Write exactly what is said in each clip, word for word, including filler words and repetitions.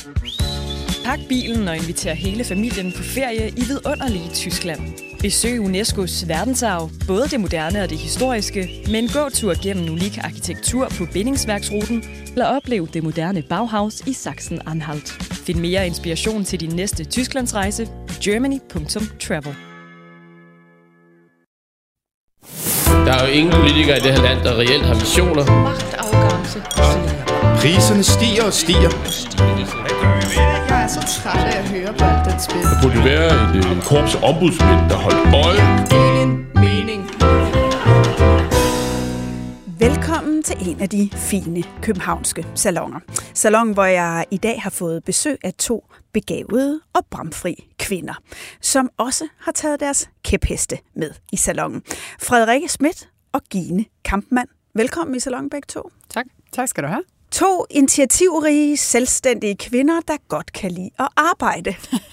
Pak bilen og inviter hele familien på ferie i vidunderlige Tyskland. Besøg UNESCO's verdensarv, både det moderne og det historiske, med en gåtur gennem unik arkitektur på bindingsværksruten, eller oplev det moderne Bauhaus i Sachsen-Anhalt. Find mere inspiration til din næste Tysklandsrejse på germany punktum travel. Der er jo ingen politikere i det her land, der reelt har visioner. Magtafgangse. Priserne stiger og stiger. Jeg er så træt af at høre på alt den spil. Der burde jo være et, et korps ombudsmænd, der holdt øje. Ingen mening. Velkommen til en af de fine københavnske salonger. Salon, hvor jeg i dag har fået besøg af to begavede og bramfri kvinder, som også har taget deres kæpheste med i salonen. Frederikke Schmidt og Gine Kampmann. Velkommen i salonen begge to. Tak. Tak skal du have. To initiativrige, selvstændige kvinder, der godt kan lide at arbejde.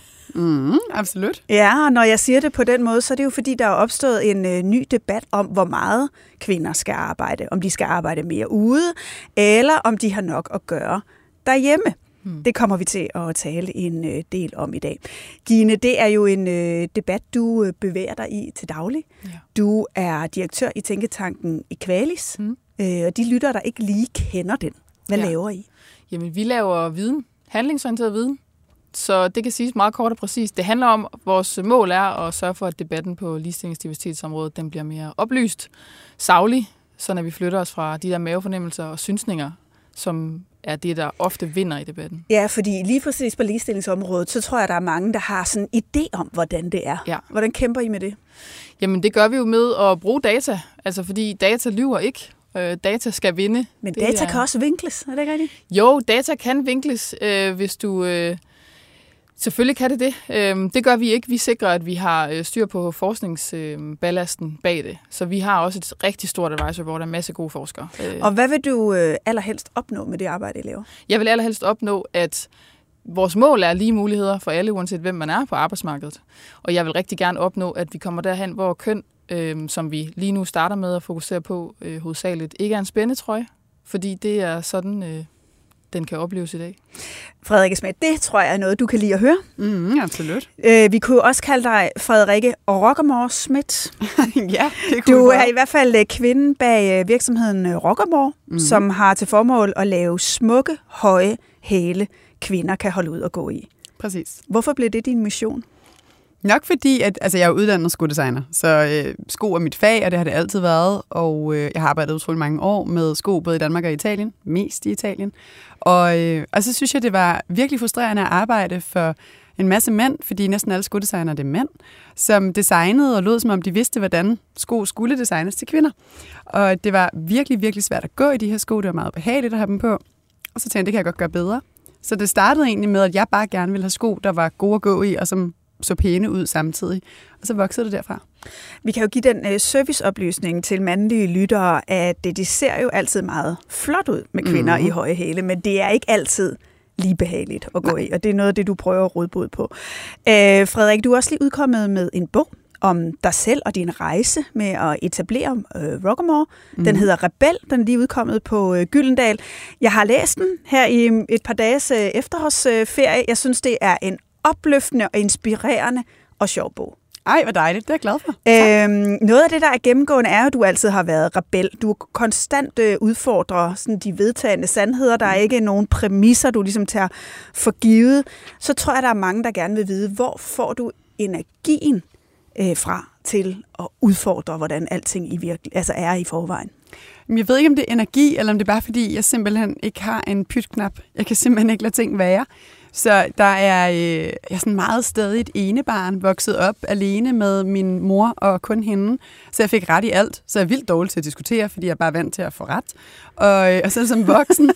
Mm, absolut. Ja, og når jeg siger det på den måde, så er det jo fordi, der er opstået en øh, ny debat om, hvor meget kvinder skal arbejde. Om de skal arbejde mere ude, eller om de har nok at gøre derhjemme. Hmm. Det kommer vi til at tale en øh, del om i dag. Gine, det er jo en øh, debat, du øh, bevæger dig i til daglig. Ja. Du er direktør i tænketanken Equalis, hmm. øh, og de lytter, der ikke lige kender den. Hvad ja. laver I? Jamen, vi laver viden, handlingsorienteret viden. Så det kan siges meget kort og præcist. Det handler om, at vores mål er at sørge for, at debatten på ligestillingsdiversitetsområdet den bliver mere oplyst, saglig, så når vi flytter os fra de der mavefornemmelser og synsninger, som er det, der ofte vinder i debatten. Ja, fordi lige præcis på ligestillingsområdet, så tror jeg, der er mange, der har sådan en idé om, hvordan det er. Ja. Hvordan kæmper I med det? Jamen, det gør vi jo med at bruge data. Altså, fordi data lyver ikke. Data skal vinde. Men det data er... kan også vinkles, er det ikke rigtigt? Jo, data kan vinkles, øh, hvis du... Øh... Selvfølgelig kan det det. Øh, det gør vi ikke. Vi sikrer, at vi har øh, styr på forskningsballasten øh, bag det. Så vi har også et rigtig stort advisory, hvor der er en masse gode forskere. Øh... Og hvad vil du øh, allerhelst opnå med det arbejde, I laver? Jeg vil allerhelst opnå, at vores mål er lige muligheder for alle, uanset hvem man er på arbejdsmarkedet. Og jeg vil rigtig gerne opnå, at vi kommer derhen, hvor køn, øh, som vi lige nu starter med at fokusere på øh, hovedsageligt, ikke er en spændetrøje, fordi det er sådan, øh, den kan opleves i dag. Frederikke Schmidt, det tror jeg er noget, du kan lide at høre. Mm, absolut. Øh, vi kunne også kalde dig Frederikke Rockermore Schmidt. Ja, det kunne Du er i hvert fald kvinden bag virksomheden Rockermore, mm. som har til formål at lave smukke, høje hæle, kvinder kan holde ud og gå i. Præcis. Hvorfor blev det din mission? Nok fordi, at altså, jeg er uddannet skodesigner, så øh, sko er mit fag, og det har det altid været, og øh, jeg har arbejdet utrolig mange år med sko, både i Danmark og Italien, mest i Italien, og, øh, og så synes jeg, det var virkelig frustrerende at arbejde for en masse mænd, fordi næsten alle skodesignere det er mænd, som designede og lød, som om de vidste, hvordan sko skulle designes til kvinder. Og det var virkelig, virkelig svært at gå i de her sko, det var meget behageligt at have dem på, og så tænkte jeg, det kan jeg godt gøre bedre. Så det startede egentlig med, at jeg bare gerne ville have sko, der var gode at gå i, og som så pæne ud samtidig. Og så voksede det derfra. Vi kan jo give den uh, serviceoplysning til mandlige lyttere, at det, det ser jo altid meget flot ud med kvinder mm-hmm. i høje hæle, men det er ikke altid lige behageligt at gå Nej. i, og det er noget af det, du prøver at råde bod på. Uh, Frederik, du er også lige udkommet med en bog om dig selv og din rejse med at etablere uh, Rockermore. Den mm-hmm. hedder Rebel, den er lige udkommet på uh, Gyldendal. Jeg har læst den her i et par dages uh, efterårsferie. Jeg synes, det er en opløftende og inspirerende og sjov bog. Ej, hvor dejligt. Det er jeg glad for. Øhm, noget af det, der er gennemgående, er, at du altid har været rebel. Du konstant øh, udfordrer sådan, de vedtagende sandheder. Der er ikke nogen præmisser, du ligesom tager for givet. Så tror jeg, der er mange, der gerne vil vide, hvor får du energien øh, fra til at udfordre, hvordan alting i virke, altså er i forvejen? Jeg ved ikke, om det er energi, eller om det er bare fordi, jeg simpelthen ikke har en pytknap. Jeg kan simpelthen ikke lade ting være. Så der er øh, jeg er sådan meget stadigt enebarn, vokset op alene med min mor og kun hende. Så jeg fik ret i alt. Så jeg er vildt dårlig til at diskutere, fordi jeg er bare vant til at få ret. Og, øh, og så som voksen,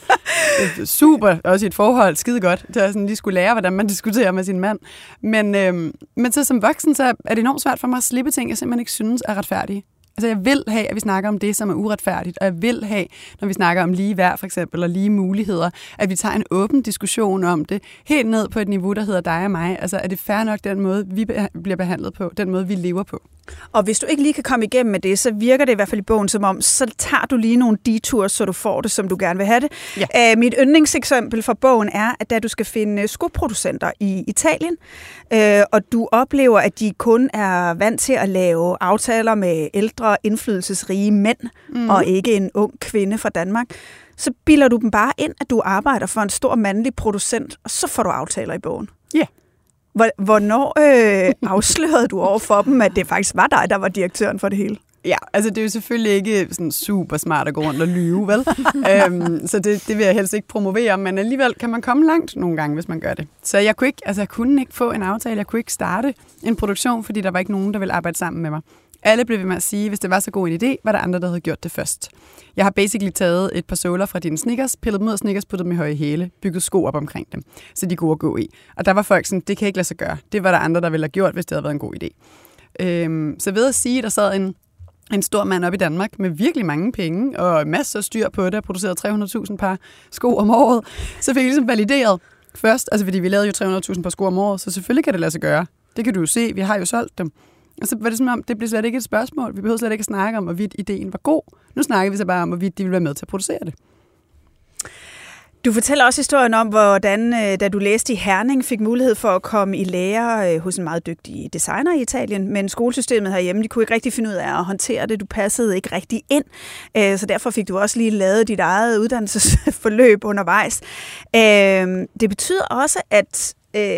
super, også i et forhold, skide godt, til at sådan lige skulle lære, hvordan man diskuterer med sin mand. Men, øh, men så som voksen, så er det enormt svært for mig at slippe ting, jeg simpelthen ikke synes er retfærdige. Altså jeg vil have, at vi snakker om det, som er uretfærdigt, og jeg vil have, når vi snakker om lige værd for eksempel, og lige muligheder, at vi tager en åben diskussion om det, helt ned på et niveau, der hedder dig og mig. Altså er det fair nok den måde, vi bliver behandlet på, den måde, vi lever på? Og hvis du ikke lige kan komme igennem med det, så virker det i hvert fald i bogen som om, så tager du lige nogle detours, så du får det, som du gerne vil have det. Ja. Uh, mit yndlingseksempel fra bogen er, at da du skal finde skoproducenter i Italien, uh, og du oplever, at de kun er vant til at lave aftaler med ældre, indflydelsesrige mænd, mm. og ikke en ung kvinde fra Danmark, så bilder du dem bare ind, at du arbejder for en stor mandlig producent, og så får du aftaler i bogen. Ja. Yeah. Hvornår øh, afslørede du over for dem, at det faktisk var dig, der var direktøren for det hele? Ja, altså det er jo selvfølgelig ikke sådan super smart at gå rundt og lyve, vel? øhm, så det, det vil jeg helst ikke promovere, men alligevel kan man komme langt nogle gange, hvis man gør det. Så jeg kunne ikke, altså jeg kunne ikke få en aftale, jeg kunne ikke starte en produktion, fordi der var ikke nogen, der ville arbejde sammen med mig. Alle blev ved med at sige, hvis det var så god en idé, var der andre, der havde gjort det først. Jeg har basically taget et par såler fra dine Snickers, pillet dem ud af Snickers, puttet dem i høje hæle, bygget sko op omkring dem, så de kunne gå i. Og der var folk sådan, det kan ikke lade sig gøre. Det var der andre, der ville have gjort, hvis det havde været en god idé. Øhm, så ved at sige, at der sad en, en stor mand op i Danmark med virkelig mange penge og masser af styr på det, og producerede tre hundrede tusind par sko om året, så fik jeg ligesom valideret først, altså fordi vi lavede jo tre hundrede tusind par sko om året, så selvfølgelig kan det lade sig gøre. Det kan du jo se, vi har jo solgt dem. Og så var det som om, det blev slet ikke et spørgsmål. Vi behøvede slet ikke at snakke om, hvorvidt ideen var god. Nu snakker vi så bare om, hvorvidt de ville være med til at producere det. Du fortæller også historien om, hvordan, da du læste i Herning, fik mulighed for at komme i lære hos en meget dygtig designer i Italien, men skolesystemet herhjemme, de kunne ikke rigtig finde ud af at håndtere det. Du passede ikke rigtig ind, så derfor fik du også lige lavet dit eget uddannelsesforløb undervejs. Det betyder også, at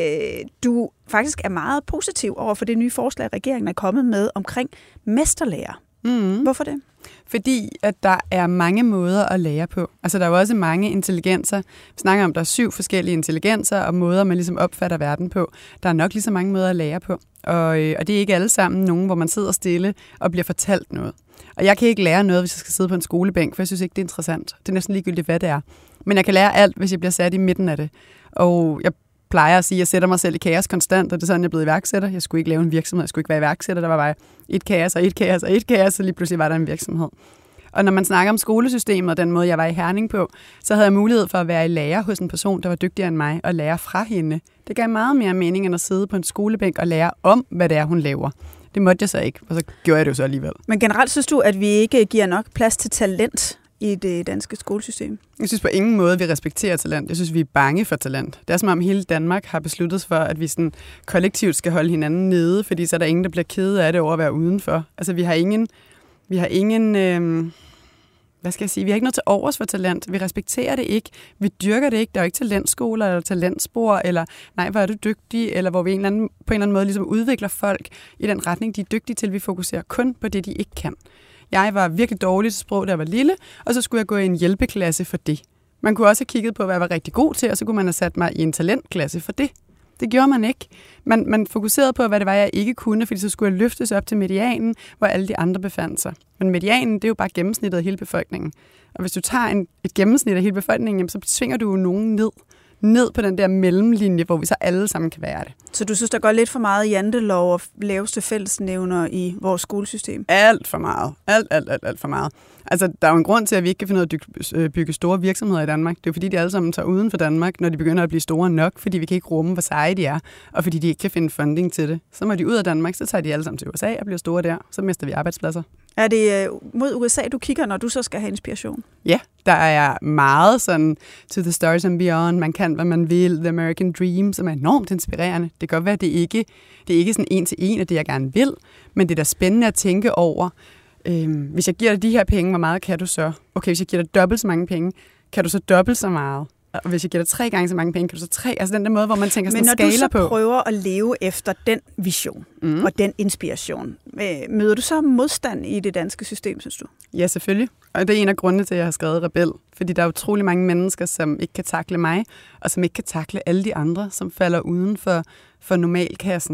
du faktisk er meget positiv over for det nye forslag, regeringen er kommet med omkring mesterlærer. Mm. Hvorfor det? Fordi at der er mange måder at lære på. Altså der er jo også mange intelligenser. Vi snakker om, at der er syv forskellige intelligenser og måder, man ligesom opfatter verden på. Der er nok lige så mange måder at lære på. Og, og det er ikke alle sammen nogen, hvor man sidder stille og bliver fortalt noget. Og jeg kan ikke lære noget, hvis jeg skal sidde på en skolebænk, for jeg synes ikke, det er interessant. Det er næsten ligegyldigt, hvad det er. Men jeg kan lære alt, hvis jeg bliver sat i midten af det. Og jeg plejer at sige, at jeg sætter mig selv i kaos konstant, og det er sådan, jeg er blevet iværksætter. Jeg skulle ikke lave en virksomhed, jeg skulle ikke være iværksætter. Der var bare et kaos og et kaos og et kaos, og lige pludselig var der en virksomhed. Og når man snakker om skolesystemet og den måde, jeg var i Herning på, så havde jeg mulighed for at være i lærer hos en person, der var dygtigere end mig, og lære fra hende. Det gav meget mere mening, end at sidde på en skolebænk og lære om, hvad det er, hun laver. Det måtte jeg så ikke, og så gjorde jeg det jo så alligevel. Men generelt synes du, at vi ikke giver nok plads til talent i det danske skolesystem? Jeg synes på ingen måde, vi respekterer talent. Jeg synes, vi er bange for talent. Det er som om hele Danmark har besluttet for, at vi sådan kollektivt skal holde hinanden nede, fordi så er der ingen, der bliver kede af det over at være udenfor. Altså, vi har ingen... Vi har ingen øh, hvad skal jeg sige? Vi har ikke noget til overs for talent. Vi respekterer det ikke. Vi dyrker det ikke. Der er jo ikke talentskoler eller talentspor, eller nej, hvor er du dygtig, eller hvor vi en eller anden, på en eller anden måde ligesom udvikler folk i den retning, de er dygtige til. Vi fokuserer kun på det, de ikke kan. Jeg var virkelig dårlig til sprog, da jeg var lille, og så skulle jeg gå i en hjælpeklasse for det. Man kunne også have kigget på, hvad jeg var rigtig god til, og så kunne man have sat mig i en talentklasse for det. Det gjorde man ikke. Man, man fokuserede på, hvad det var, jeg ikke kunne, fordi så skulle jeg løftes op til medianen, hvor alle de andre befandt sig. Men medianen, det er jo bare gennemsnittet af hele befolkningen. Og hvis du tager en, et gennemsnit af hele befolkningen, så tvinger du jo nogen ned. ned på den der mellemlinje, hvor vi så alle sammen kan være det. Så du synes, der går lidt for meget jantelov og laveste fællesnævner i vores skolesystem? Alt for meget. Alt, alt, alt, alt for meget. Altså, der er jo en grund til, at vi ikke kan finde ud af at bygge store virksomheder i Danmark. Det er jo fordi, de alle sammen tager uden for Danmark, når de begynder at blive store nok, fordi vi kan ikke rumme, hvor seje de er, og fordi de ikke kan finde funding til det. Så må de ud af Danmark, så tager de alle sammen til U S A og bliver store der. Så mister vi arbejdspladser. Er det mod U S A, du kigger, når du så skal have inspiration? Ja, der er meget sådan to the stars and beyond. Man kan, hvad man vil. The American Dream, som er enormt inspirerende. Det kan godt være, at det ikke det er ikke sådan en til en af det, jeg gerne vil, men det er da spændende at tænke over. Øhm, hvis jeg giver dig de her penge, hvor meget kan du så? Okay, hvis jeg giver dig dobbelt så mange penge, kan du så dobbelt så meget? Og hvis jeg giver dig tre gange så mange penge, kan du så tre? Altså den der måde, hvor man tænker sådan skala på. Men når du så prøver at leve efter den vision mm. og den inspiration, møder du så modstand i det danske system, synes du? Ja, selvfølgelig. Og det er en af grundene til, at jeg har skrevet Rebel. Fordi der er utrolig mange mennesker, som ikke kan takle mig, og som ikke kan takle alle de andre, som falder uden for, for normalkassen.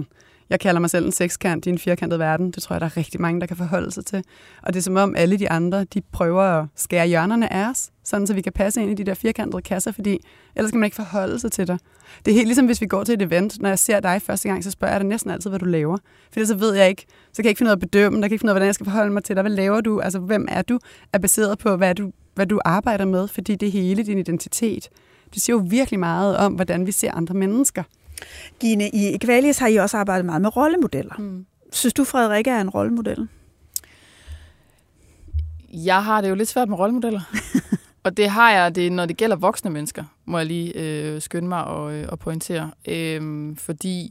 Jeg kalder mig selv en sekskant i en firkantet verden. Det tror jeg, der er rigtig mange, der kan forholde sig til. Og det er som om alle de andre, de prøver at skære hjørnerne af os, sådan så vi kan passe ind i de der firkantede kasser, fordi ellers kan man ikke forholde sig til dig. Det er helt ligesom, hvis vi går til et event. Når jeg ser dig første gang, så spørger jeg dig næsten altid, hvad du laver. For så ved jeg ikke, så kan jeg ikke finde ud af at bedømme, der kan ikke finde ud af, hvordan jeg skal forholde mig til dig. Hvad laver du? Altså, hvem er du? Er baseret på, hvad du, hvad du arbejder med, fordi det er hele din identitet. Det siger jo virkelig meget om, hvordan vi ser andre mennesker. Gine, i Equalius har I også arbejdet meget med rollemodeller. Mm. Synes du, Frederikke er en rollemodel? Jeg har det jo lidt svært med rollemodeller. Og det har jeg, det, når det gælder voksne mennesker, må jeg lige øh, skynde mig og, øh, og pointere. Øh, fordi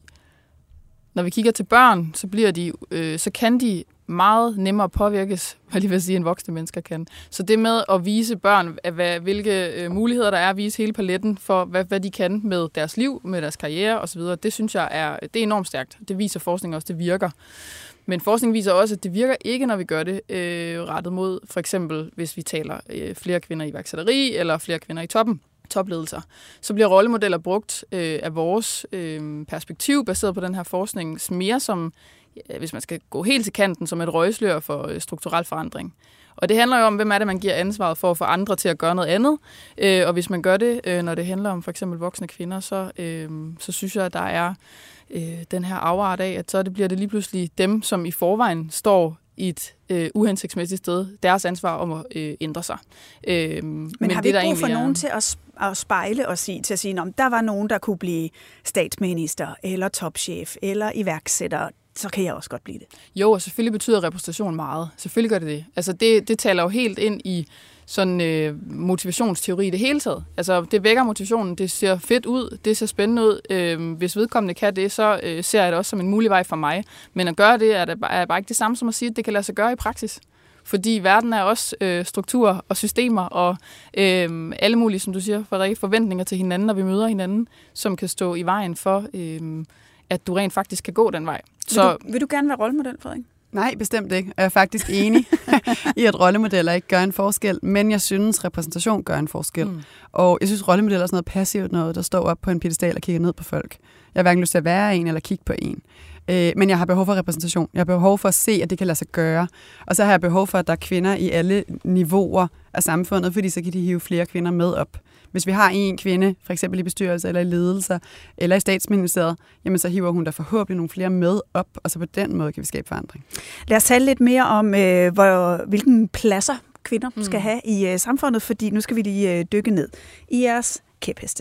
når vi kigger til børn, så, bliver de, øh, så kan de meget nemmere påvirkes, hvad jeg vil sige, end voksne mennesker kan. Så det med at vise børn, hvad, hvilke øh, muligheder der er, at vise hele paletten for, hvad, hvad de kan med deres liv, med deres karriere osv., det synes jeg er, det er enormt stærkt. Det viser forskning også, det virker. Men forskning viser også, at det virker ikke, når vi gør det øh, rettet mod, for eksempel hvis vi taler øh, flere kvinder i iværksætteri eller flere kvinder i toppen, topledelser. Så bliver rollemodeller brugt øh, af vores øh, perspektiv, baseret på den her forskning, mere som, ja, hvis man skal gå helt til kanten, som et røgslør for øh, strukturel forandring. Og det handler jo om, hvem er det, man giver ansvaret for at få andre til at gøre noget andet. Øh, og hvis man gør det, øh, når det handler om for eksempel voksne kvinder, så, øh, så synes jeg, at der er øh, den her afart af, at så det bliver det lige pludselig dem, som i forvejen står i et øh, uhensigtsmæssigt sted, deres ansvar om at øh, ændre sig. Øh, men, men har det, vi ikke brug for er nogen til at, at spejle og sige, til at sige, om der var nogen, der kunne blive statsminister, eller topchef, eller iværksætter, så kan jeg også godt blive det. Jo, og selvfølgelig betyder repræsentation meget. Selvfølgelig gør det det. Altså det, det taler jo helt ind i sådan øh, motivationsteori i det hele taget. Altså det vækker motivationen, det ser fedt ud, det ser spændende ud. Øh, hvis vedkommende kan det, så øh, ser jeg det også som en mulig vej for mig. Men at gøre det er, det er bare ikke det samme som at sige, at det kan lade sig gøre i praksis. Fordi verden er også øh, strukturer og systemer og øh, alle mulige, som du siger, forventninger til hinanden, når vi møder hinanden, som kan stå i vejen for, øh, at du rent faktisk kan gå den vej. Så, vil, du, vil du gerne være rollemodel, Frederik? Nej, bestemt ikke. Jeg er faktisk enig i, at rollemodeller ikke gør en forskel, men jeg synes, repræsentation gør en forskel. Mm. Og jeg synes, rollemodeller er sådan noget passivt noget, der står op på en piedestal og kigger ned på folk. Jeg har hverken lyst til at være en eller kigge på en. Øh, men jeg har behov for repræsentation. Jeg har behov for at se, at det kan lade sig gøre. Og så har jeg behov for, at der er kvinder i alle niveauer af samfundet, fordi så kan de hive flere kvinder med op. Hvis vi har en kvinde, for eksempel i bestyrelser eller i ledelser, eller i statsministeriet, jamen så hiver hun der forhåbentlig nogle flere med op, og så på den måde kan vi skabe forandring. Lad os tale lidt mere om, øh, hvor, hvilken pladser kvinder mm. skal have i øh, samfundet, fordi nu skal vi lige øh, dykke ned i jeres kæpheste.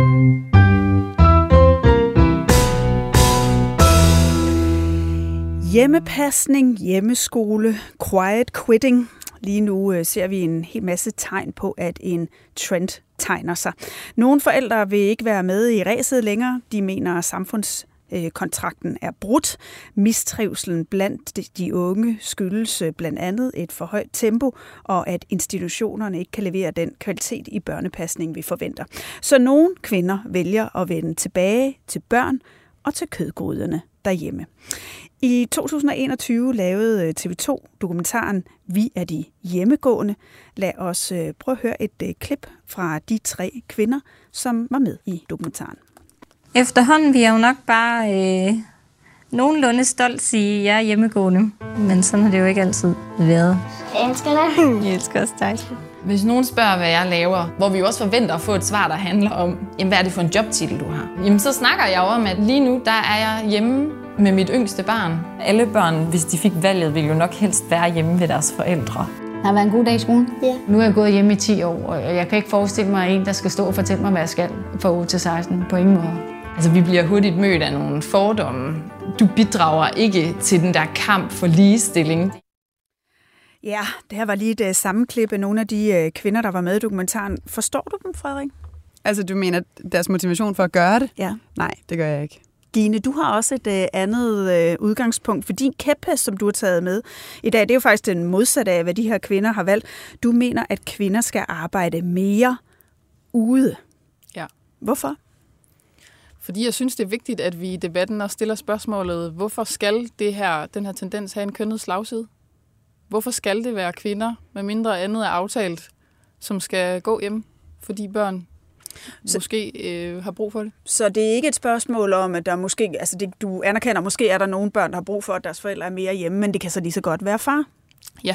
Hjemmepasning, hjemmeskole, quiet quitting. Lige nu øh, ser vi en hel masse tegn på, at en trend tegner sig. Nogle forældre vil ikke være med i ræset længere. De mener, at samfundskontrakten er brudt. Mistrivselen blandt de unge skyldes blandt andet et for højt tempo, og at institutionerne ikke kan levere den kvalitet i børnepasning, vi forventer. Så nogle kvinder vælger at vende tilbage til børn og til kødgryderne derhjemme. I to tusind og enogtyve lavede T V to dokumentaren Vi er de hjemmegående. Lad os prøve at høre et klip fra de tre kvinder, som var med i dokumentaren. Efterhånden vil jeg jo nok bare øh, nogenlunde stolt sige, at jeg er hjemmegående. Men sådan har det jo ikke altid været. Jeg elsker dig. Jeg elsker også dig. Hvis nogen spørger, hvad jeg laver, hvor vi også forventer at få et svar, der handler om, jamen, hvad er det for en jobtitel, du har? Jamen, så snakker jeg jo om, at lige nu, der er jeg hjemme med mit yngste barn. Alle børn, hvis de fik valget, ville jo nok helst være hjemme ved deres forældre. Det har været en god dag i skolen. Ja. Nu er jeg gået hjemme i ti år, og jeg kan ikke forestille mig en, der skal stå og fortælle mig, hvad jeg skal fra otte til seksten. På ingen måde. Altså, vi bliver hurtigt mødt af nogle fordomme. Du bidrager ikke til den der kamp for ligestilling. Ja, det her var lige et sammenklip af nogle af de kvinder, der var med i dokumentaren. Forstår du dem, Frederik? Altså, du mener deres motivation for at gøre det? Ja. Nej, det gør jeg ikke. Gine, du har også et øh, andet øh, udgangspunkt for din kæphest, som du har taget med i dag. Det er jo faktisk den modsatte af, hvad de her kvinder har valgt. Du mener, at kvinder skal arbejde mere ude. Ja. Hvorfor? Fordi jeg synes, det er vigtigt, at vi i debatten også stiller spørgsmålet, hvorfor skal det her, den her tendens have en kønnet slagside? Hvorfor skal det være kvinder, med mindre andet er aftalt, som skal gå hjem for de børn? måske øh, har brug for det. Så det er ikke et spørgsmål om, at der måske, altså det, du anerkender, måske er der nogle børn, der har brug for, at deres forældre er mere hjemme, men det kan så lige så godt være far? Ja.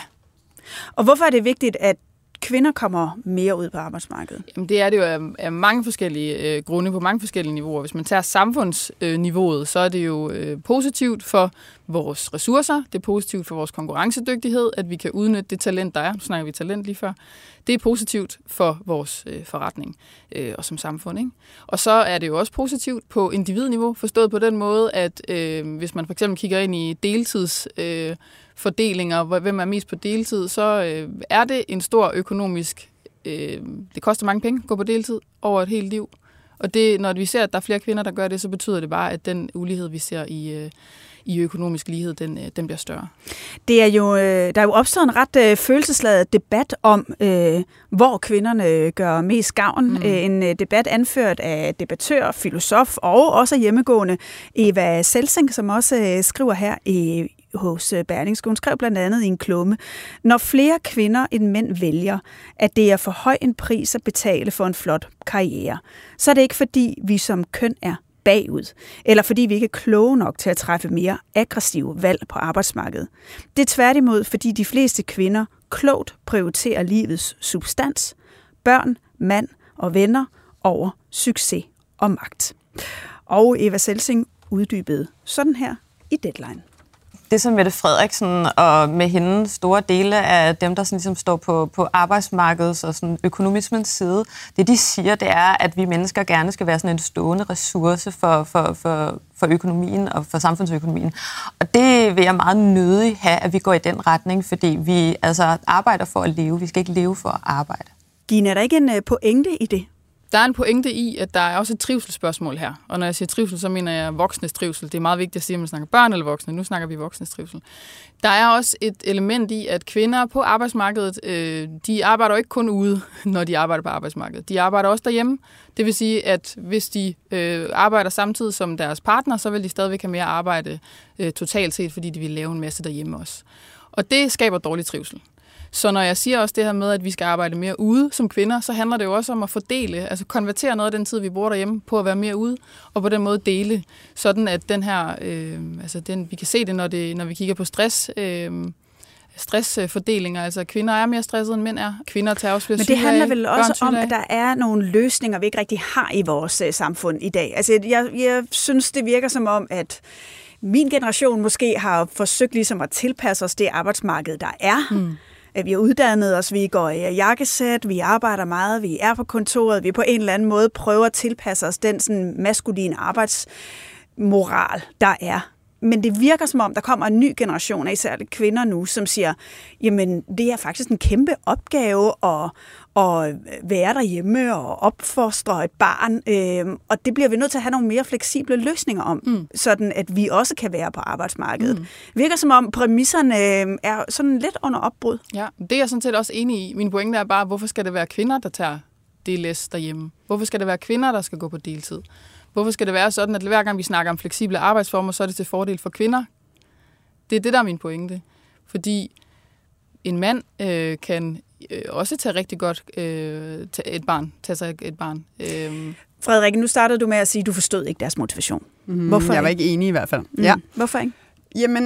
Og hvorfor er det vigtigt, at kvinder kommer mere ud på arbejdsmarkedet? Jamen, det er det jo af, af mange forskellige øh, grunde på mange forskellige niveauer. Hvis man tager samfundsniveauet, øh, så er det jo øh, positivt for vores ressourcer, det er positivt for vores konkurrencedygtighed, at vi kan udnytte det talent, der er. Nu snakker vi talent lige før. Det er positivt for vores øh, forretning øh, og som samfund, ikke? Og så er det jo også positivt på individniveau, forstået på den måde, at øh, hvis man for eksempel kigger ind i deltids øh, fordelinger, hvem er mest på deltid, så øh, er det en stor økonomisk... Øh, det koster mange penge at gå på deltid over et helt liv. Og det, når vi ser, at der er flere kvinder, der gør det, så betyder det bare, at den ulighed, vi ser i, øh, i økonomisk lighed, den, øh, den bliver større. Det er jo, øh, der er jo opstået en ret øh, følelsesladet debat om, øh, hvor kvinderne gør mest gavn. Mm. En øh, debat anført af debattør, filosof og også hjemmegående Eva Selsing, som også øh, skriver her i hos Berlingske. Hun skrev blandt andet i en klumme: når flere kvinder end mænd vælger, at det er for høj en pris at betale for en flot karriere, så er det ikke fordi, vi som køn er bagud, eller fordi vi ikke er kloge nok til at træffe mere aggressive valg på arbejdsmarkedet. Det er tværtimod, fordi de fleste kvinder klogt prioriterer livets substans, børn, mand og venner over succes og magt. Og Eva Selsing uddybede sådan her i Deadline. Det som Mette Frederiksen og med hende store dele af dem, der sådan ligesom står på, på arbejdsmarkedets og sådan økonomismens side, det de siger, det er, at vi mennesker gerne skal være sådan en stående ressource for, for, for, for økonomien og for samfundsøkonomien. Og det vil jeg meget nødig have, at vi går i den retning, fordi vi altså arbejder for at leve. Vi skal ikke leve for at arbejde. Gina, er der ikke en pointe i det? Der er en pointe i, at der er også et trivselsspørgsmål her. Og når jeg siger trivsel, så mener jeg voksnes trivsel. Det er meget vigtigt at sige, om man snakker børn eller voksne. Nu snakker vi voksnes trivsel. Der er også et element i, at kvinder på arbejdsmarkedet, øh, de arbejder jo ikke kun ude, når de arbejder på arbejdsmarkedet. De arbejder også derhjemme. Det vil sige, at hvis de øh, arbejder samtidig som deres partner, så vil de stadigvæk have mere arbejde øh, totalt set, fordi de vil lave en masse derhjemme også. Og det skaber dårlig trivsel. Så når jeg siger også det her med, at vi skal arbejde mere ude som kvinder, så handler det jo også om at fordele, altså konvertere noget af den tid, vi bruger derhjemme, på at være mere ude, og på den måde dele, sådan at den her, øh, altså den, vi kan se det, når, det, når vi kigger på stress, øh, stressfordelinger, altså kvinder er mere stressede, end mænd er. Kvinder tager også flere Men det handler vel også om, at der er nogle løsninger, vi ikke rigtig har i vores uh, samfund i dag. Altså jeg, jeg synes, det virker som om, at min generation måske har forsøgt ligesom at tilpasse os det arbejdsmarked, der er. Hmm. Vi har uddannet os, vi går i jakkesæt, vi arbejder meget, vi er på kontoret, vi på en eller anden måde prøver at tilpasse os den sådan maskuline arbejdsmoral, der er. Men det virker som om, der kommer en ny generation af især kvinder nu, som siger, jamen det er faktisk en kæmpe opgave at, at være derhjemme og opfostre et barn. Øh, og det bliver vi nødt til at have nogle mere fleksible løsninger om, mm. sådan at vi også kan være på arbejdsmarkedet. Mm. Det virker som om præmisserne er sådan lidt under opbrud. Ja, det er jeg sådan set også enig i. Min pointe er bare, hvorfor skal det være kvinder, der tager D L S derhjemme? Hvorfor skal det være kvinder, der skal gå på deltid? Hvorfor skal det være sådan, at hver gang vi snakker om fleksible arbejdsformer, så er det til fordel for kvinder? Det er det, der er min pointe. Fordi en mand øh, kan øh, også tage rigtig godt øh, tage et barn, tage sig et barn. Øh. Frederik, nu startede du med at sige, at du forstod ikke deres motivation. Mm, Hvorfor jeg var ikke? ikke enig i hvert fald. Mm. Ja. Hvorfor ikke? Jamen,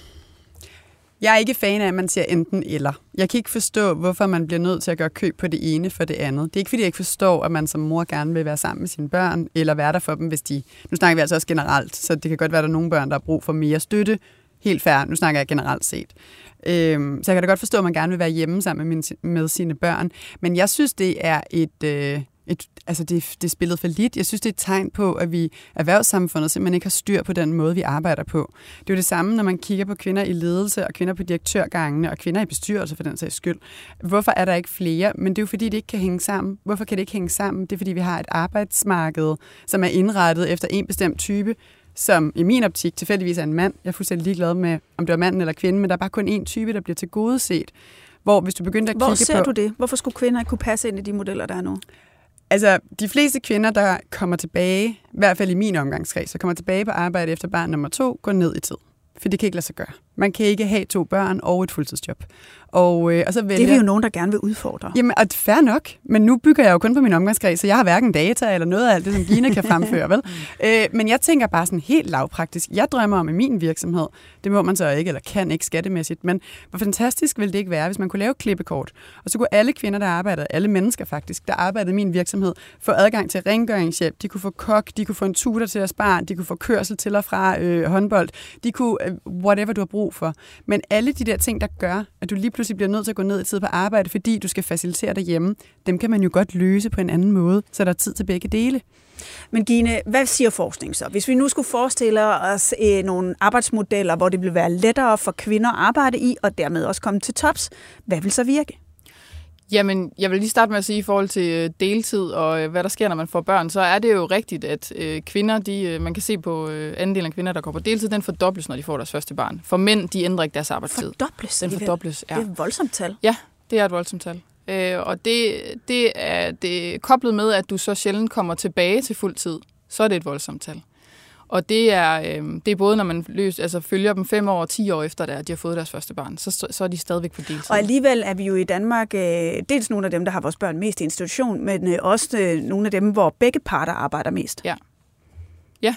jeg er ikke fan af, at man siger enten eller. Jeg kan ikke forstå, hvorfor man bliver nødt til at gøre køb på det ene for det andet. Det er ikke, fordi jeg ikke forstår, at man som mor gerne vil være sammen med sine børn, eller være der for dem, hvis de... Nu snakker vi altså også generelt, så det kan godt være, at der er nogle børn, der har brug for mere støtte. Helt fair, nu snakker jeg generelt set. Øhm, så jeg kan da godt forstå, at man gerne vil være hjemme sammen med, min, med sine børn. Men jeg synes, det er et... Øh, Et, altså det, det er spillet for lidt. Jeg synes, det er et tegn på, at vi erhvervssamfundet simpelthen ikke har styr på den måde, vi arbejder på. Det er jo det samme, når man kigger på kvinder i ledelse, og kvinder på direktørgangene, og kvinder i bestyrelse for den sags skyld. Hvorfor er der ikke flere? Men det er jo fordi, det ikke kan hænge sammen. Hvorfor kan det ikke hænge sammen? Det er fordi, vi har et arbejdsmarked, som er indrettet efter en bestemt type, som i min optik tilfældigvis er en mand. Jeg er fuldstændig ligeglad med, om det er manden eller kvinden, men der er bare kun én type, der bliver tilgodeset. Hvor hvis du begynder at Hvor kigge ser på... du det? Hvorfor skulle kvinder ikke kunne passe ind i de modeller, der er nu? Altså, de fleste kvinder, der kommer tilbage, i hvert fald i min omgangskreds, så kommer tilbage på arbejde efter barn nummer to, går ned i tid. For det kan ikke lade sig gøre. Man kan ikke have to børn og et fuldtidsjob. Og, øh, og så vælger... Det er vi jo nogen, der gerne vil udfordre. Jamen, og fair nok, men nu bygger jeg jo kun på min omgangskreds, så jeg har hverken data eller noget af alt det, som Gina kan fremføre, vel? øh, men jeg tænker bare sådan helt lavpraktisk. Jeg drømmer om i min virksomhed, det må man så ikke, eller kan ikke skattemæssigt, men hvor fantastisk ville det ikke være, hvis man kunne lave klippekort, og så kunne alle kvinder, der arbejdede, alle mennesker faktisk, der arbejdede i min virksomhed, få adgang til rengøringshjælp, de kunne få kok, de kunne få en tutor til deres barn, de kunne få kørsel til og fra øh, håndbold, de kunne, øh, whatever du har brug for. Men alle de der ting, der gør, at du lige pludselig bliver nødt til at gå ned i tid på arbejde, fordi du skal facilitere derhjemme, dem kan man jo godt løse på en anden måde, så der er tid til begge dele. Men Gine, hvad siger forskning så? Hvis vi nu skulle forestille os øh, nogle arbejdsmodeller, hvor det ville være lettere for kvinder at arbejde i, og dermed også komme til tops, hvad vil så virke? Jamen, jeg vil lige starte med at sige, i forhold til deltid og hvad der sker, når man får børn, så er det jo rigtigt, at øh, kvinder, de, man kan se på øh, andelen af kvinder, der går på deltid, den fordobles, når de får deres første barn. For mænd, de ændrer ikke deres arbejdstid. Fordobles? Den fordobles, ja. Det er et voldsomt tal. Ja, det er et voldsomt tal. Øh, og det, det, er, det er koblet med, at du så sjældent kommer tilbage til fuld tid. Så er det et voldsomt tal. Og det er, øh, det er både, når man løs, altså følger dem fem år og ti år efter, at de har fået deres første barn, så, så er de stadigvæk på deltid. Og alligevel er vi jo i Danmark øh, dels nogle af dem, der har vores børn mest i institution, men øh, også øh, nogle af dem, hvor begge parter arbejder mest. Ja. Ja.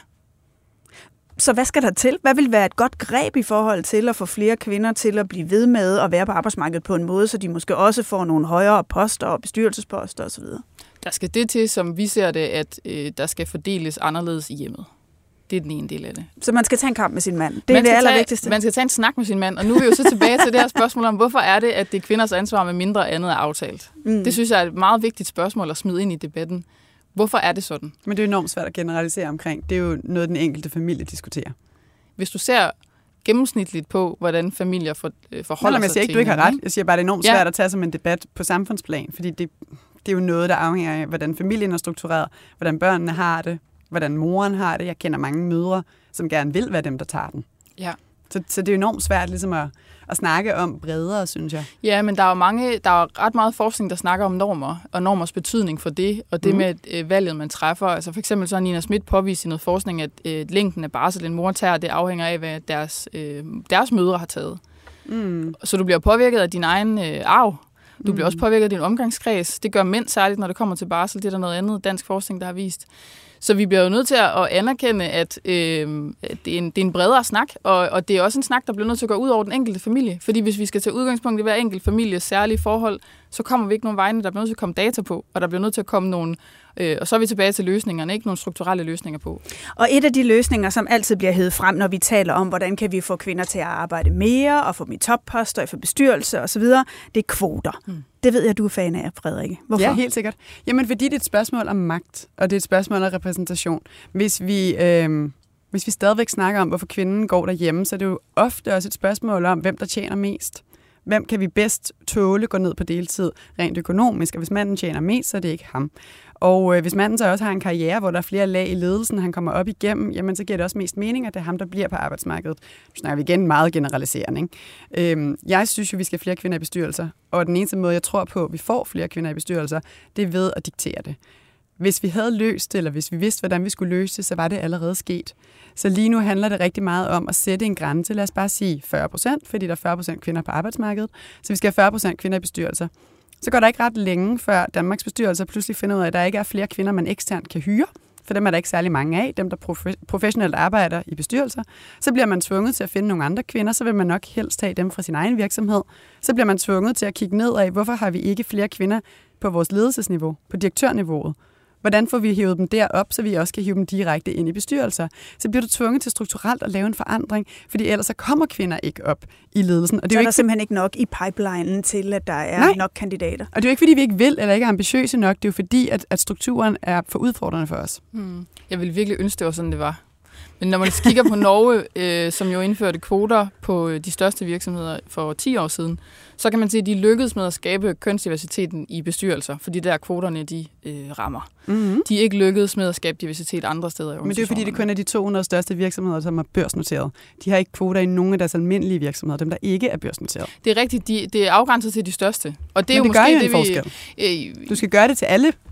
Så hvad skal der til? Hvad vil være et godt greb i forhold til at få flere kvinder til at blive ved med at være på arbejdsmarkedet på en måde, så de måske også får nogle højere poster og bestyrelsesposter osv.? Der skal det til, som vi ser det, at øh, der skal fordeles anderledes i hjemmet. Det er den ene del af det. Så man skal tage en kamp med sin mand. Det er det allervigtigste. Man skal tage en snak med sin mand. Og nu er vi jo så tilbage til det her spørgsmål om, hvorfor er det, at det er kvinders ansvar med mindre andet er aftalt? Mm. Det synes jeg er et meget vigtigt spørgsmål at smide ind i debatten. Hvorfor er det sådan? Men det er jo enormt svært at generalisere omkring. Det er jo noget, den enkelte familie diskuterer. Hvis du ser gennemsnitligt på, hvordan familier for, øh, forholder Nå, sig til... Jeg siger ikke, du ikke har ret. Jeg siger bare, det er enormt ja. svært at tage som en debat på samfundsplan, fordi det, det er jo noget, der afhænger af, hvordan familien er struktureret, hvordan børnene har det, hvordan moren har det. Jeg kender mange mødre, som gerne vil være dem, der tager den. Ja. Så, så det er enormt svært ligesom at, at snakke om bredere, synes jeg. Ja, men der er jo mange, der er ret meget forskning, der snakker om normer, og normers betydning for det, og det mm. med øh, valget, man træffer. Altså for eksempel så har Nina Schmidt påvist i noget forskning, at øh, længden af barsel, en mor tager, det afhænger af, hvad deres, øh, deres mødre har taget. Mm. Så du bliver påvirket af din egen øh, arv. Du bliver mm. også påvirket af din omgangskreds. Det gør mænd særligt, når det kommer til barsel. Det er der noget andet dansk forskning, der har vist. Så vi bliver jo nødt til at anerkende, at, øh, at det, er en, det er en bredere snak, og, og det er også en snak, der bliver nødt til at gå ud over den enkelte familie. Fordi hvis vi skal tage udgangspunkt i hver enkelt families særlige forhold, så kommer vi ikke nogen vegne, der bliver nødt til at komme data på, og der bliver nødt til at komme nogle, øh, og så er vi tilbage til løsningerne, ikke nogle strukturelle løsninger på. Og et af de løsninger, som altid bliver hævet frem, når vi taler om, hvordan kan vi få kvinder til at arbejde mere, og få dem i topposter, for bestyrelse osv., det er kvoter. Hmm. Det ved jeg, du er fan af, Frederikke. Hvorfor? Ja, helt sikkert. Jamen, fordi det er et spørgsmål om magt, og det er et spørgsmål om repræsentation. Hvis vi, øh, hvis vi stadigvæk snakker om, hvorfor kvinden går derhjemme, så er det jo ofte også et spørgsmål om, hvem der tjener mest. Hvem kan vi bedst tåle gå ned på deltid rent økonomisk, og hvis manden tjener mest, så er det ikke ham. Og øh, hvis manden så også har en karriere, hvor der er flere lag i ledelsen, han kommer op igennem, jamen så giver det også mest mening, at det er ham, der bliver på arbejdsmarkedet. Nu snakker vi igen meget generaliserende. Ikke? Øhm, jeg synes jo, vi skal have flere kvinder i bestyrelser, og den eneste måde, jeg tror på, at vi får flere kvinder i bestyrelser, det er ved at diktere det. Hvis vi havde løst det, eller hvis vi vidste, hvordan vi skulle løse det, så var det allerede sket. Så lige nu handler det rigtig meget om at sætte en grænse. Lad os bare sige fyrre procent, fordi der er fyrre procent kvinder på arbejdsmarkedet. Så vi skal have fyrre procent kvinder i bestyrelser. Så går der ikke ret længe, før Danmarks bestyrelser pludselig finder ud af, at der ikke er flere kvinder, man eksternt kan hyre. For dem er der ikke særlig mange af, dem der profe- professionelt arbejder i bestyrelser. Så bliver man tvunget til at finde nogle andre kvinder, så vil man nok helst have dem fra sin egen virksomhed. Så bliver man tvunget til at kigge ned af, hvorfor har vi ikke flere kvinder på vores ledelsesniveau, på direktørniveauet. Hvordan får vi hævet dem derop, så vi også kan hive dem direkte ind i bestyrelser? Så bliver du tvunget til strukturelt at lave en forandring, fordi ellers så kommer kvinder ikke op i ledelsen. Og det er så jo er der ikke simpelthen ikke nok i pipelinen til, at der er Nej. nok kandidater. Og det er jo ikke, fordi vi ikke vil eller ikke er ambitiøse nok. Det er jo fordi, at, at strukturen er for udfordrende for os. Hmm. Jeg ville virkelig ønske, det var sådan, det var. Men når man kigger på Norge, øh, som jo indførte kvoter på de største virksomheder for ti år siden, så kan man se, at de lykkedes med at skabe kønsdiversiteten i bestyrelser, fordi der kvoterne, de øh, rammer. Mm-hmm. De er ikke lykkedes med at skabe diversitet andre steder i. Men det er fordi, det kun er de to hundrede største virksomheder, som er børsnoteret. De har ikke kvoter i nogen af deres almindelige virksomheder, dem der ikke er børsnoteret. Det er rigtigt, de, det er afgrænset til de største. Og det er Men jo det måske gør jo det, en forskel. Vi, øh, du skal gøre det til alle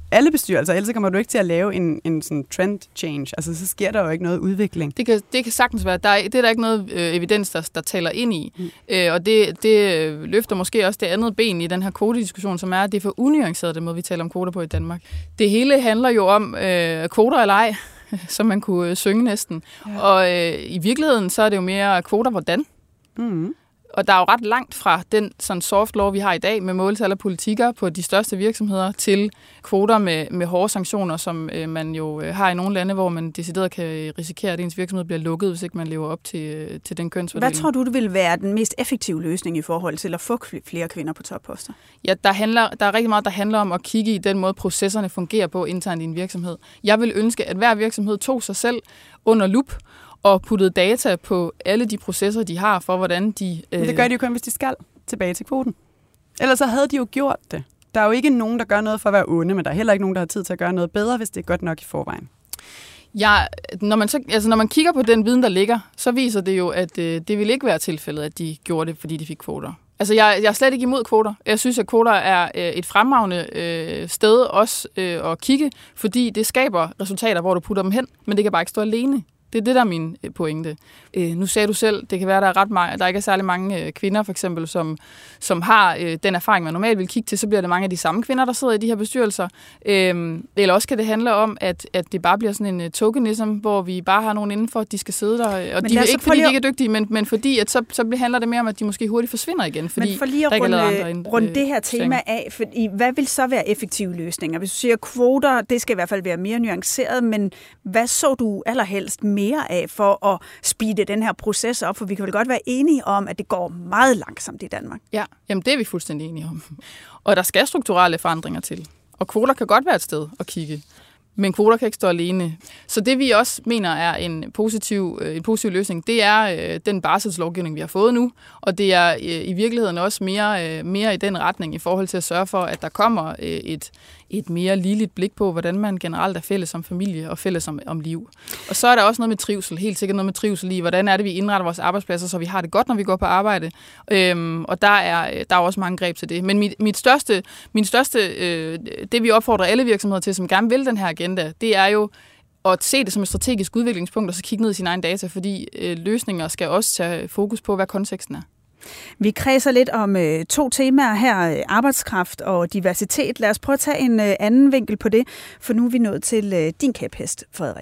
alle bestyrelser, ellers kommer du ikke til at lave en, en sådan trend change. Altså, så sker der jo ikke noget udvikling. Det kan, det kan sagtens være. Der er, det er der ikke noget øh, evidens, der, der taler ind i. Mm. Øh, og det, det løfter måske også det andet ben i den her kvotediskussion, som er, at det er for unuanceret, den måde, vi taler om kvoter på i Danmark. Det hele handler jo om øh, kvoter eller ej, som man kunne øh, synge næsten. Ja. Og øh, i virkeligheden, så er det jo mere kvoter hvordan. Mm. Og der er jo ret langt fra den sådan soft law, vi har i dag, med måltal og politikker på de største virksomheder, til kvoter med, med hårde sanktioner, som øh, man jo øh, har i nogle lande, hvor man decideret kan risikere, at ens virksomhed bliver lukket, hvis ikke man lever op til, øh, til den kønsfordeling. Hvad tror du, det vil være den mest effektive løsning i forhold til at få flere kvinder på topposter? Ja, der, handler, der er rigtig meget, der handler om at kigge i den måde, processerne fungerer på internt i en virksomhed. Jeg vil ønske, at hver virksomhed tog sig selv under lup, og puttede data på alle de processer, de har, for hvordan de... Øh... Men det gør de jo kun, hvis de skal tilbage til kvoten. Ellers så havde de jo gjort det. Der er jo ikke nogen, der gør noget for at være onde, men der er heller ikke nogen, der har tid til at gøre noget bedre, hvis det er godt nok i forvejen. Ja, når man, så, altså når man kigger på den viden, der ligger, så viser det jo, at øh, det ville ikke være tilfældet, at de gjorde det, fordi de fik kvoter. Altså, jeg, jeg er slet ikke imod kvoter. Jeg synes, at kvoter er øh, et fremragende øh, sted også øh, at kigge, fordi det skaber resultater, hvor du putter dem hen, men det kan bare ikke stå alene. Det er det, der er min pointe. Øh, nu sagde du selv, det kan være, der er ret mange, der ikke er særlig mange øh, kvinder, for eksempel, som, som har øh, den erfaring, man normalt vil kigge til, så bliver det mange af de samme kvinder, der sidder i de her bestyrelser. Øh, eller også kan det handle om, at, at det bare bliver sådan en uh, tokenism, hvor vi bare har nogen indenfor, at de skal sidde der. Og men de er ikke, fordi de ikke er dygtige, men, men fordi, at så, så handler det mere om, at de måske hurtigt forsvinder igen. Fordi men for lige at runde, runde det her tema af, fordi, hvad vil så være effektive løsninger? Hvis du siger kvoter, det skal i hvert fald være mere nuanceret, men hvad så du allerhelst mere af for at speede den her proces op? For vi kan vel godt være enige om, at det går meget langsomt i Danmark. Ja, jamen det er vi fuldstændig enige om. Og der skal strukturelle forandringer til. Og kvoter kan godt være et sted at kigge. Men kvoter kan ikke stå alene. Så det vi også mener er en positiv, en positiv løsning, det er øh, den barselslovgivning, vi har fået nu. Og det er øh, i virkeligheden også mere, øh, mere i den retning i forhold til at sørge for, at der kommer øh, et, et mere ligeligt blik på, hvordan man generelt er fælles om familie og fælles om, om liv. Og så er der også noget med trivsel, helt sikkert noget med trivsel i, hvordan er det, vi indretter vores arbejdspladser, så vi har det godt, når vi går på arbejde. Øhm, og der er, der er også mange greb til det. Men mit, mit største, min største, øh, det vi opfordrer alle virksomheder til, som gerne vil den her agenda, det er jo at se det som et strategisk udviklingspunkt, og så kigge ned i sine egne data, fordi øh, løsninger skal også tage fokus på, hvad konteksten er. Vi kredser lidt om øh, to temaer her, arbejdskraft og diversitet. Lad os prøve at tage en øh, anden vinkel på det, for nu er vi nået til øh, din kæphest, Frederik.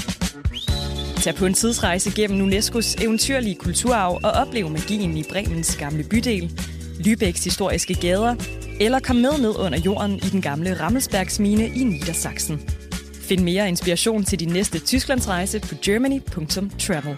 Tag på en tidsrejse gennem UNESCOs eventyrlige kulturarv og oplev magien i Bremens gamle bydel, Lübecks historiske gader, eller kom med ned under jorden i den gamle Rammelsbergsmine i Niedersachsen. Find mere inspiration til din næste Tysklandsrejse på germany punktum travel.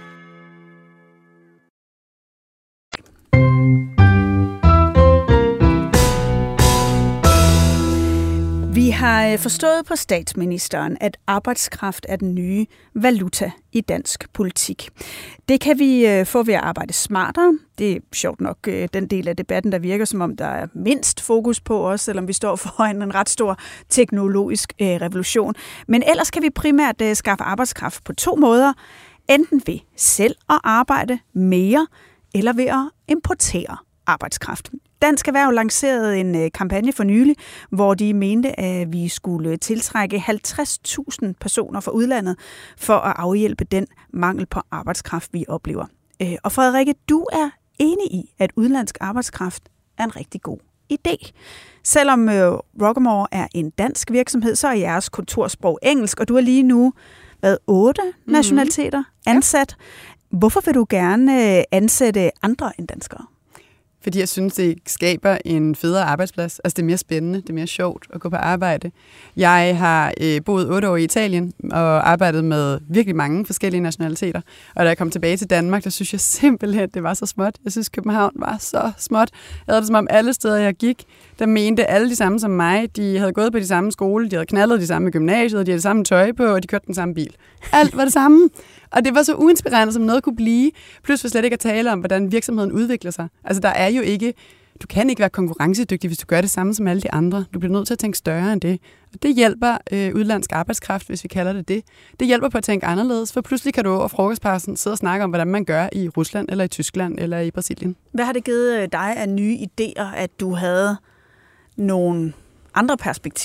Vi har forstået på statsministeren, at arbejdskraft er den nye valuta i dansk politik. Det kan vi få ved at arbejde smartere. Det er sjovt nok den del af debatten, der virker som om, der er mindst fokus på os, selvom vi står foran en ret stor teknologisk revolution. Men ellers kan vi primært skaffe arbejdskraft på to måder. Enten ved selv at arbejde mere, eller ved at importere arbejdskraft. Dansk Erhverv lancerede en kampagne for nylig, hvor de mente, at vi skulle tiltrække halvtreds tusind personer fra udlandet for at afhjælpe den mangel på arbejdskraft, vi oplever. Og Frederikke, du er enig i, at udenlandsk arbejdskraft er en rigtig god idé. Selvom Rockamore er en dansk virksomhed, så er jeres kontorsprog engelsk, og du har lige nu været otte mm-hmm. nationaliteter ansat. Hvorfor vil du gerne ansætte andre end danskere? Fordi jeg synes, det skaber en federe arbejdsplads. Altså, det er mere spændende, det er mere sjovt at gå på arbejde. Jeg har øh, boet otte år i Italien og arbejdet med virkelig mange forskellige nationaliteter. Og da jeg kom tilbage til Danmark, der synes jeg simpelthen, det var så småt. Jeg synes, København var så småt. Jeg havde det som om alle steder, jeg gik, der mente alle de samme som mig. De havde gået på de samme skole, de havde knaldet de samme gymnasiet, de havde det samme tøj på, og de kørte den samme bil. Alt var det samme. Og det var så uinspirerende, som noget kunne blive. Plus for slet ikke at tale om, hvordan virksomheden udvikler sig. Altså, der er jo ikke... Du kan ikke være konkurrencedygtig, hvis du gør det samme som alle de andre. Du bliver nødt til at tænke større end det. Og det hjælper øh, udlandsk arbejdskraft, hvis vi kalder det det. Det hjælper på at tænke anderledes, for pludselig kan du over frokostpausen sidde og snakke om, hvordan man gør i Rusland, eller i Tyskland, eller i Brasilien. Hvad har det givet dig af nye idéer, at du havde nogle andre perspektiver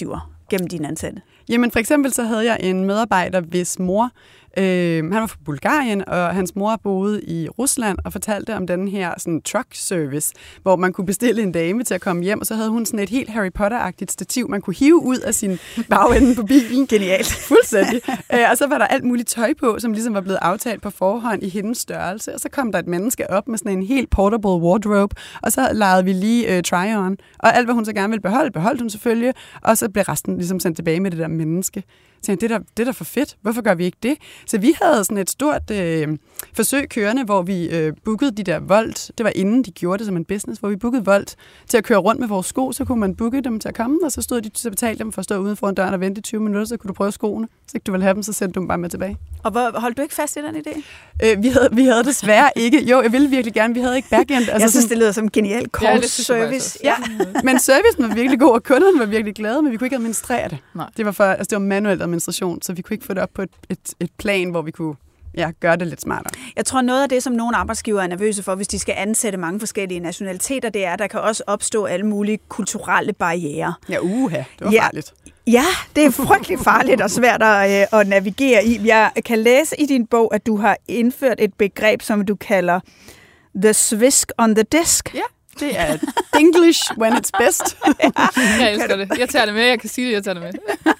gennem dine ansatte? Jamen for eksempel så havde jeg en medarbejder, hvis mor, øh, han var fra Bulgarien, og hans mor boede i Rusland og fortalte om den her sådan, truck service, hvor man kunne bestille en dame til at komme hjem, og så havde hun sådan et helt Harry Potter-agtigt stativ, man kunne hive ud af sin bagende på bilen. Genialt. Fuldstændig. øh, og så var der alt muligt tøj på, som ligesom var blevet aftalt på forhånd i hendes størrelse, og så kom der et menneske op med sådan en helt portable wardrobe, og så legede vi lige øh, try-on, og alt hvad hun så gerne ville beholde, beholdt hun selvfølgelig, og så blev resten ligesom sendt tilbage med det der menneske. Så det er det er da for fedt. Hvorfor gør vi ikke det? Så vi havde sådan et stort øh, forsøg kørende, hvor vi øh, bookede de der Volt. Det var inden de gjorde det som en business, hvor vi bookede Volt til at køre rundt med vores sko. Så kunne man booke dem til at komme, og så stod de til at betale dem for at stå uden foran døren og vente i tyve minutter, så kunne du prøve skoene. Så ikke du ville have dem, så sendte du dem bare med tilbage. Og hvor, holdt du ikke fast i den idé? Øh, vi, havde, vi havde desværre ikke. Jo, jeg ville virkelig gerne. Vi havde ikke backend. Altså, jeg synes, det lyder som en genial call service. Ja. Men servicen var virkelig god, og kunderne var virkelig glade, men vi kunne ikke administrere det. Nej. Det var, for, altså, det var manuel administration, så vi kunne ikke få det op på et, et, et plan, hvor vi kunne ja, gøre det lidt smartere. Jeg tror, noget af det, som nogle arbejdsgivere er nervøse for, hvis de skal ansætte mange forskellige nationaliteter, det er, at der kan også opstå alle mulige kulturelle barrierer. Ja, uha, det var ja. farligt. Ja, det er frygtelig farligt og svært at, øh, at navigere i. Jeg kan læse i din bog, at du har indført et begreb, som du kalder the swisk on the disk. Ja. Det er English when it's best. Ja. Jeg elsker det. Jeg tager det med. Jeg kan sige det, jeg tager det med.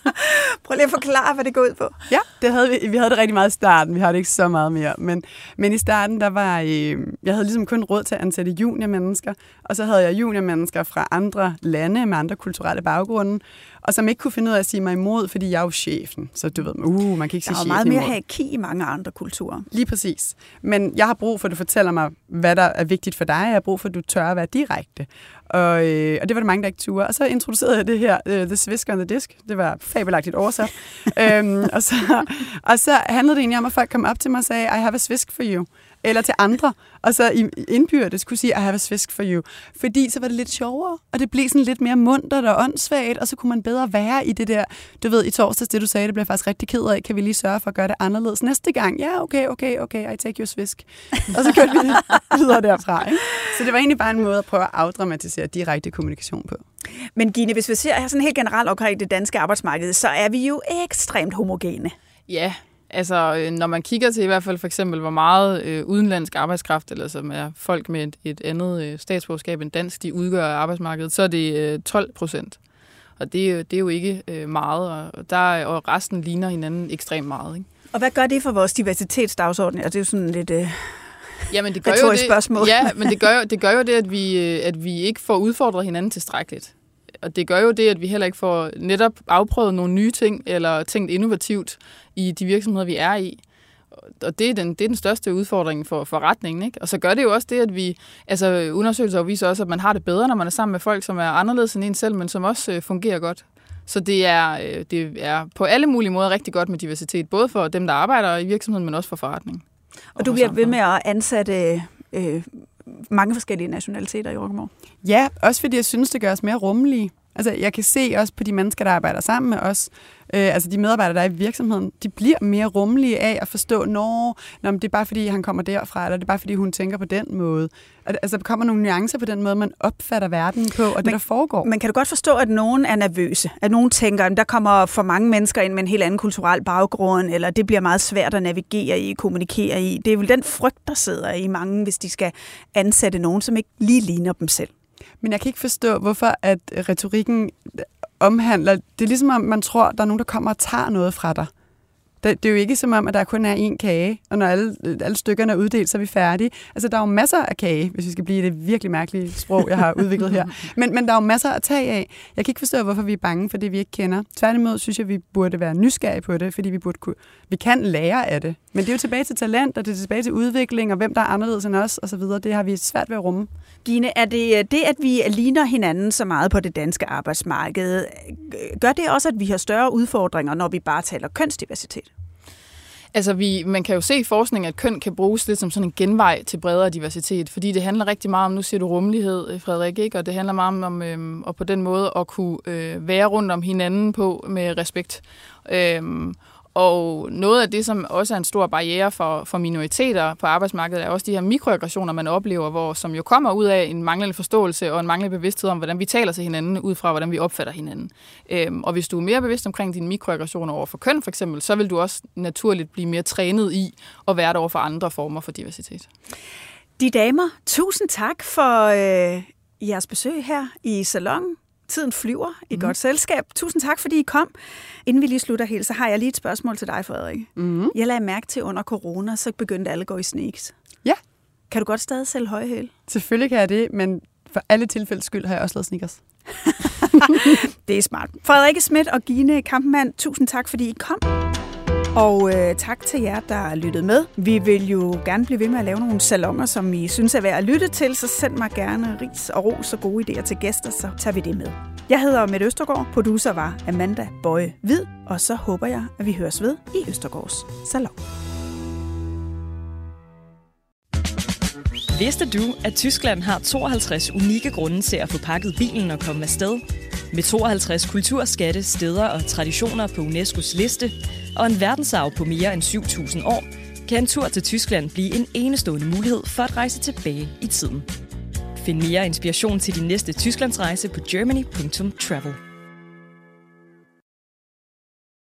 Prøv lige at forklare, hvad det går ud på. Ja, det havde vi, vi havde det rigtig meget i starten. Vi har det ikke så meget mere. Men, men i starten, der var øh, jeg havde ligesom kun råd til at ansætte juniormennesker. Og så havde jeg juniormennesker fra andre lande med andre kulturelle baggrunde. Og som ikke kunne finde ud af at sige mig imod, fordi jeg er jo chefen. Så du ved, uh, man kan ikke sige chefen imod. Der er meget mere hierarki i mange andre kulturer. Lige præcis. Men jeg har brug for, at du fortæller mig, hvad der er vigtigt for dig. Jeg har brug for, at du tør at være direkte. Og, øh, og det var der mange, der ikke turde. Og så introducerede jeg det her, uh, The Swisk on the Disk. Det var fabelagtigt oversat. øhm, og, så, og så handlede det egentlig om, at folk kom op til mig og sagde, I have a swisk for you. Eller til andre. Og så i indbyrdes kunne sige, I have a swisk for you. Fordi så var det lidt sjovere, og det blev sådan lidt mere muntert og åndssvagt, og så kunne man bedre være i det der, du ved, i torsdags, det du sagde, det blev jeg faktisk rigtig ked af. Kan vi lige sørge for at gøre det anderledes næste gang? Ja, okay, okay, okay, I take your swisk. Og så kørte vi videre derfra. Ikke? Så det var egentlig bare en måde at prøve at afdramatisere direkte kommunikation på. Men Gine, hvis vi ser sådan helt generelt omkring det danske arbejdsmarked, så er vi jo ekstremt homogene. Ja, altså når man kigger til i hvert fald for eksempel, hvor meget øh, udenlandsk arbejdskraft, eller som er folk med et, et andet øh, statsborgerskab end dansk, de udgør arbejdsmarkedet, så er det øh, tolv procent. Og det, det er jo ikke øh, meget, og, der, og resten ligner hinanden ekstremt meget. Ikke? Og hvad gør det for vores diversitetsdagsorden? Altså, det er jo sådan lidt... Øh Jamen, det gør jo det, spørgsmål. Ja, men det gør, jo, det gør jo det, at vi, at vi ikke får udfordret hinanden tilstrækkeligt. Og det gør jo det, at vi heller ikke får netop afprøvet nogle nye ting, eller tænkt innovativt i de virksomheder, vi er i. Og det er den, det er den største udfordring for forretningen, ikke? Og så gør det jo også det, at vi... Altså, undersøgelser viser også, at man har det bedre, når man er sammen med folk, som er anderledes end en selv, men som også øh, fungerer godt. Så det er, øh, det er på alle mulige måder rigtig godt med diversitet, både for dem, der arbejder i virksomheden, men også for forretningen. Og, og du bliver ved med at ansætte øh, mange forskellige nationaliteter i Rockamore? Ja, også fordi jeg synes, det gør os mere rummelige. Altså, jeg kan se også på de mennesker, der arbejder sammen med os, øh, altså de medarbejdere, der er i virksomheden, de bliver mere rummelige af at forstå, når det er bare fordi, han kommer derfra, eller det er bare fordi, hun tænker på den måde. Altså, der kommer nogle nuancer på den måde, man opfatter verden på, og men, det, der foregår. Men kan du godt forstå, at nogen er nervøse? At nogen tænker, at der kommer for mange mennesker ind med en helt anden kulturel baggrund, eller det bliver meget svært at navigere i, kommunikere i. Det er vel den frygt, der sidder i mange, hvis de skal ansætte nogen, som ikke lige ligner dem selv. Men jeg kan ikke forstå, hvorfor at retorikken omhandler... Det er ligesom om, man tror, der er nogen, der kommer og tager noget fra dig. Det, det er jo ikke som om, at der kun er én kage, og når alle, alle stykkerne er uddelt, så er vi færdige. Altså, der er jo masser af kage, hvis vi skal blive det virkelig mærkelige sprog, jeg har udviklet her. Men, men der er jo masser at tage af. Jeg kan ikke forstå, hvorfor vi er bange for det, vi ikke kender. Tværtimod synes jeg, vi burde være nysgerrige på det, fordi vi, burde kunne, vi kan lære af det. Men det er jo tilbage til talent, og det er tilbage til udvikling, og hvem der er anderledes end os, osv. Det har vi svært ved at rumme. Gine, er det det, at vi ligner hinanden så meget på det danske arbejdsmarked, gør det også, at vi har større udfordringer, når vi bare taler kønsdiversitet? Altså, vi, man kan jo se i forskning, at køn kan bruges lidt som sådan en genvej til bredere diversitet, fordi det handler rigtig meget om, nu siger du rummelighed, Frederik, ikke? Og det handler meget om øhm, og på den måde at kunne øh, være rundt om hinanden på med respekt. Øhm, Og noget af det, som også er en stor barriere for, for minoriteter på arbejdsmarkedet, er også de her mikroaggressioner, man oplever, hvor, som jo kommer ud af en manglende forståelse og en manglende bevidsthed om, hvordan vi taler til hinanden, ud fra, hvordan vi opfatter hinanden. Øhm, og hvis du er mere bevidst omkring dine mikroaggressioner over for køn, for eksempel, så vil du også naturligt blive mere trænet i at være der over for andre former for diversitet. De damer, tusind tak for øh, jeres besøg her i Salonen. Tiden flyver i mm. godt selskab. Tusind tak, fordi I kom. Inden vi lige slutter helt, så har jeg lige et spørgsmål til dig, Frederik. Mm. Jeg lagde mærke til under corona, så begyndte alle at gå i sneaks. Ja. Kan du godt stadig sælge høje hæle? Selvfølgelig kan jeg det, men for alle tilfældes skyld har jeg også lavet sneakers. Det er smart. Frederikke Schmidt og Gine Kampmann, tusind tak, fordi I kom. Og øh, tak til jer, der lyttede med. Vi vil jo gerne blive ved med at lave nogle salonger, som I synes er værd at lytte til, så send mig gerne ris og ros og gode idéer til gæster, så tager vi det med. Jeg hedder Mette Østergaard, producer var Amanda Bøje Hvid, og så håber jeg, at vi høres ved i Østergaards Salon. Vidste du, at Tyskland har tooghalvtreds unikke grunde til at få pakket bilen og komme afsted? Med tooghalvtreds kulturskatte, steder og traditioner på UNESCOs liste og en verdensarv på mere end syv tusind år, kan en tur til Tyskland blive en enestående mulighed for at rejse tilbage i tiden. Find mere inspiration til din næste Tysklandsrejse på germany punktum travel.